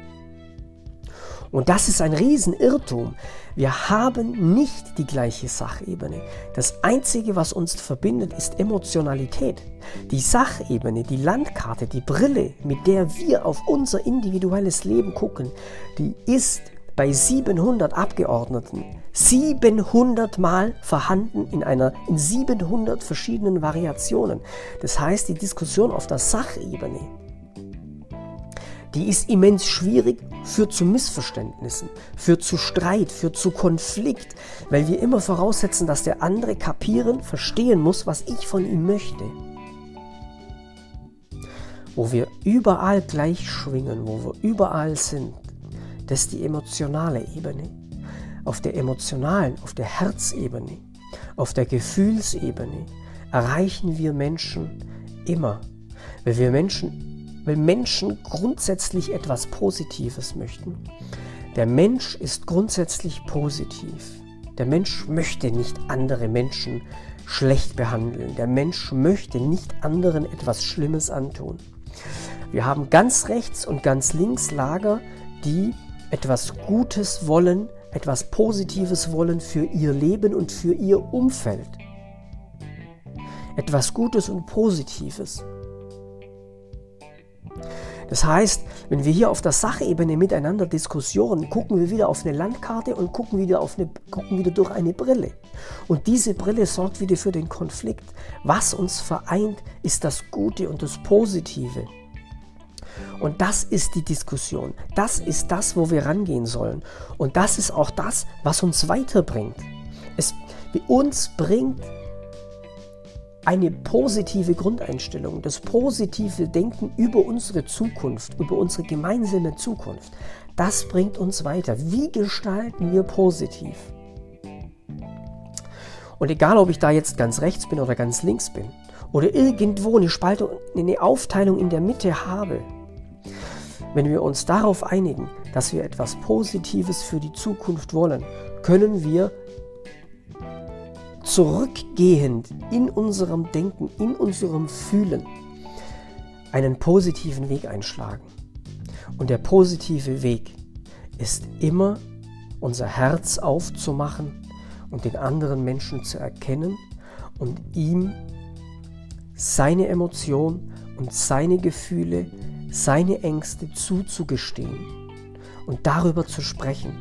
Und das ist ein Riesenirrtum. Wir haben nicht die gleiche Sachebene. Das Einzige, was uns verbindet, ist Emotionalität. Die Sachebene, die Landkarte, die Brille, mit der wir auf unser individuelles Leben gucken, die ist bei siebenhundert Abgeordneten siebenhundert Mal vorhanden in, einer, in siebenhundert verschiedenen Variationen. Das heißt, die Diskussion auf der Sachebene, die ist immens schwierig, führt zu Missverständnissen, führt zu Streit, führt zu Konflikt, weil wir immer voraussetzen, dass der andere kapieren, verstehen muss, was ich von ihm möchte. Wo wir überall gleich schwingen, wo wir überall sind, das ist die emotionale Ebene. Auf der emotionalen, auf der Herzebene, auf der Gefühlsebene erreichen wir Menschen immer, weil wir Menschen, weil Menschen grundsätzlich etwas Positives möchten. Der Mensch ist grundsätzlich positiv. Der Mensch möchte nicht andere Menschen schlecht behandeln. Der Mensch möchte nicht anderen etwas Schlimmes antun. Wir haben ganz rechts und ganz links Lager, die etwas Gutes wollen, etwas Positives wollen für ihr Leben und für ihr Umfeld. Etwas Gutes und Positives. Das heißt, wenn wir hier auf der Sachebene miteinander diskutieren, gucken wir wieder auf eine Landkarte und gucken wieder, auf eine, gucken wieder durch eine Brille. Und diese Brille sorgt wieder für den Konflikt. Was uns vereint, ist das Gute und das Positive. Und das ist die Diskussion. Das ist das, wo wir rangehen sollen. Und das ist auch das, was uns weiterbringt. Es uns bringt eine positive Grundeinstellung, das positive Denken über unsere Zukunft, über unsere gemeinsame Zukunft. Das bringt uns weiter. Wie gestalten wir positiv? Und egal, ob ich da jetzt ganz rechts bin oder ganz links bin oder irgendwo eine Spaltung, eine Aufteilung in der Mitte habe, wenn wir uns darauf einigen, dass wir etwas Positives für die Zukunft wollen, können wir zurückgehend in unserem Denken, in unserem Fühlen einen positiven Weg einschlagen. Und der positive Weg ist immer, unser Herz aufzumachen und den anderen Menschen zu erkennen und ihm seine Emotionen und seine Gefühle, seine Ängste zuzugestehen und darüber zu sprechen.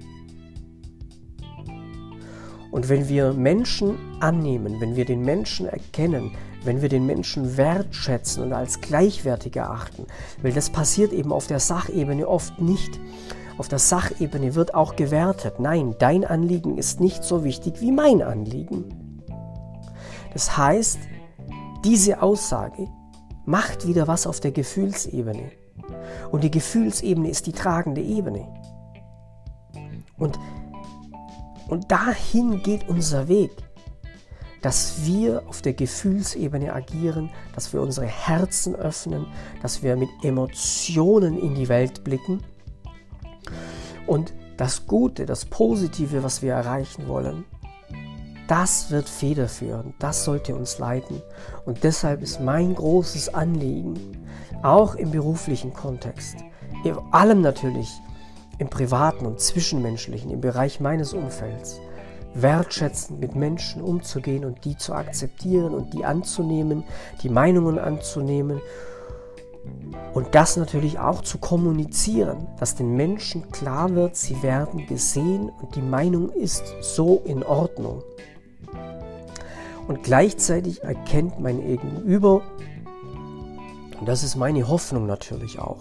Und wenn wir Menschen annehmen, wenn wir den Menschen erkennen, wenn wir den Menschen wertschätzen und als gleichwertig erachten, weil das passiert eben auf der Sachebene oft nicht. Auf der Sachebene wird auch gewertet. Nein, dein Anliegen ist nicht so wichtig wie mein Anliegen. Das heißt, diese Aussage macht wieder was auf der Gefühlsebene. Und die Gefühlsebene ist die tragende Ebene. Und, und dahin geht unser Weg, dass wir auf der Gefühlsebene agieren, dass wir unsere Herzen öffnen, dass wir mit Emotionen in die Welt blicken und das Gute, das Positive, was wir erreichen wollen, das wird federführend, das sollte uns leiten. Und deshalb ist mein großes Anliegen, auch im beruflichen Kontext, in allem natürlich, im privaten und zwischenmenschlichen, im Bereich meines Umfelds, wertschätzend mit Menschen umzugehen und die zu akzeptieren und die anzunehmen, die Meinungen anzunehmen und das natürlich auch zu kommunizieren, dass den Menschen klar wird, sie werden gesehen und die Meinung ist so in Ordnung. Und gleichzeitig erkennt mein Gegenüber, und das ist meine Hoffnung natürlich auch,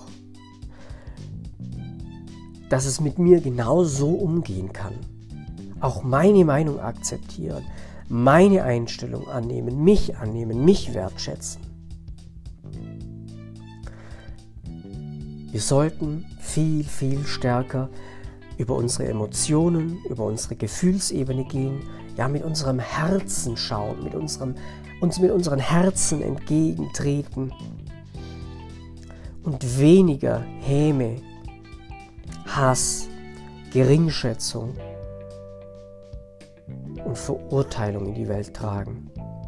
dass es mit mir genau so umgehen kann. Auch meine Meinung akzeptieren, meine Einstellung annehmen, mich annehmen, mich wertschätzen. Wir sollten viel, viel stärker über unsere Emotionen, über unsere Gefühlsebene gehen, ja, mit unserem Herzen schauen, mit unserem, uns mit unseren Herzen entgegentreten und weniger Häme, Hass, Geringschätzung und Verurteilung in die Welt tragen.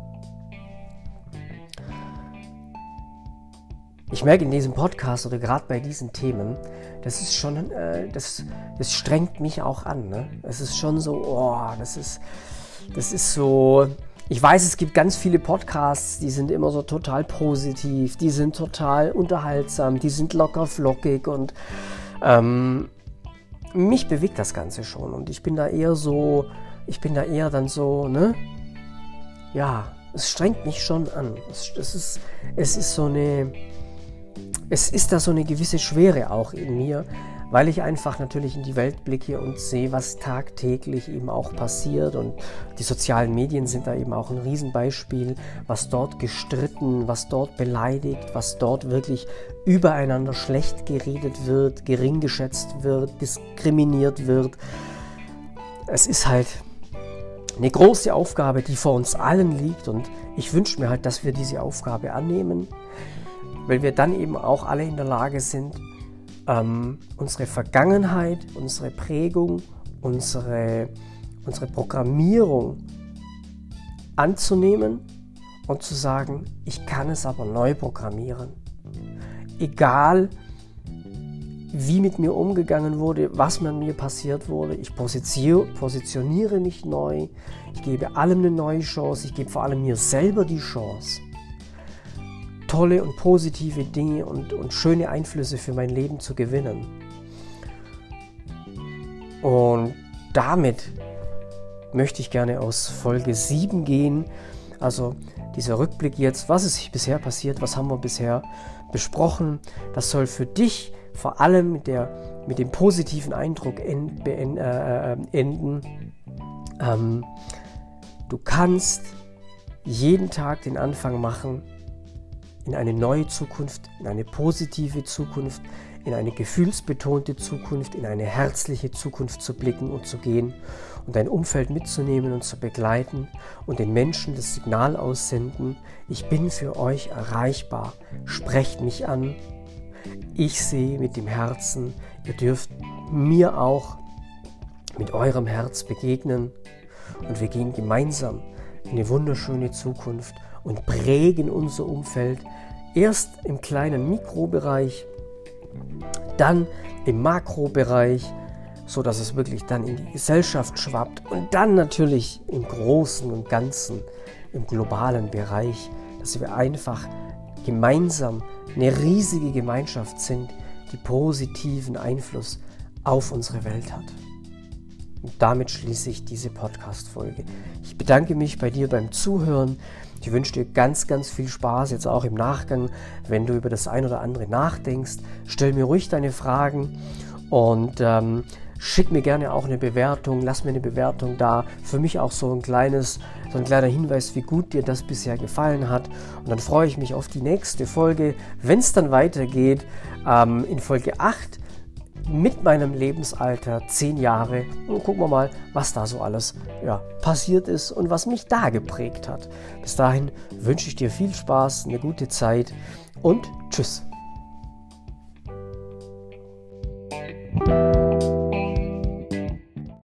Ich merke in diesem Podcast oder gerade bei diesen Themen, das ist schon, äh, das, das strengt mich auch an. Ne? Es ist schon so, oh, das ist, das ist so. Ich weiß, es gibt ganz viele Podcasts, die sind immer so total positiv, die sind total unterhaltsam, die sind locker flockig und ähm, mich bewegt das Ganze schon und ich bin da eher so, ich bin da eher dann so, ne, ja, es strengt mich schon an. Es, es ist, es ist so eine, es ist da so eine gewisse Schwere auch in mir, weil ich einfach natürlich in die Welt blicke und sehe, was tagtäglich eben auch passiert und die sozialen Medien sind da eben auch ein Riesenbeispiel, was dort gestritten, was dort beleidigt, was dort wirklich übereinander schlecht geredet wird, gering geschätzt wird, diskriminiert wird. Es ist halt eine große Aufgabe, die vor uns allen liegt und ich wünsche mir halt, dass wir diese Aufgabe annehmen, weil wir dann eben auch alle in der Lage sind, ähm, unsere Vergangenheit, unsere Prägung, unsere, unsere Programmierung anzunehmen und zu sagen, ich kann es aber neu programmieren. Egal, wie mit mir umgegangen wurde, was mit mir passiert wurde, ich positioniere mich neu, ich gebe allem eine neue Chance, ich gebe vor allem mir selber die Chance, tolle und positive Dinge und, und schöne Einflüsse für mein Leben zu gewinnen. Und damit möchte ich gerne aus Folge sieben gehen, also dieser Rückblick jetzt, was ist bisher passiert, was haben wir bisher besprochen, das soll für dich vor allem mit, der, mit dem positiven Eindruck end, beend, äh, enden. Ähm, du kannst jeden Tag den Anfang machen, in eine neue Zukunft, in eine positive Zukunft, in eine gefühlsbetonte Zukunft, in eine herzliche Zukunft zu blicken und zu gehen und dein Umfeld mitzunehmen und zu begleiten und den Menschen das Signal aussenden, ich bin für euch erreichbar, sprecht mich an, ich sehe mit dem Herzen, ihr dürft mir auch mit eurem Herz begegnen und wir gehen gemeinsam in eine wunderschöne Zukunft und prägen unser Umfeld erst im kleinen Mikrobereich, dann im Makrobereich, so dass es wirklich dann in die Gesellschaft schwappt und dann natürlich im Großen und Ganzen, im globalen Bereich, dass wir einfach gemeinsam eine riesige Gemeinschaft sind, die positiven Einfluss auf unsere Welt hat. Und damit schließe ich diese Podcast-Folge. Ich bedanke mich bei dir beim Zuhören. Ich wünsche dir ganz, ganz viel Spaß, jetzt auch im Nachgang, wenn du über das ein oder andere nachdenkst. Stell mir ruhig deine Fragen und ähm, schick mir gerne auch eine Bewertung, lass mir eine Bewertung da. Für mich auch so ein kleines, so ein kleiner Hinweis, wie gut dir das bisher gefallen hat. Und dann freue ich mich auf die nächste Folge, wenn es dann weitergeht. Ähm, in Folge acht mit meinem Lebensalter, zehn Jahre. Und gucken wir mal, was da so alles ja, passiert ist und was mich da geprägt hat. Bis dahin wünsche ich dir viel Spaß, eine gute Zeit und tschüss.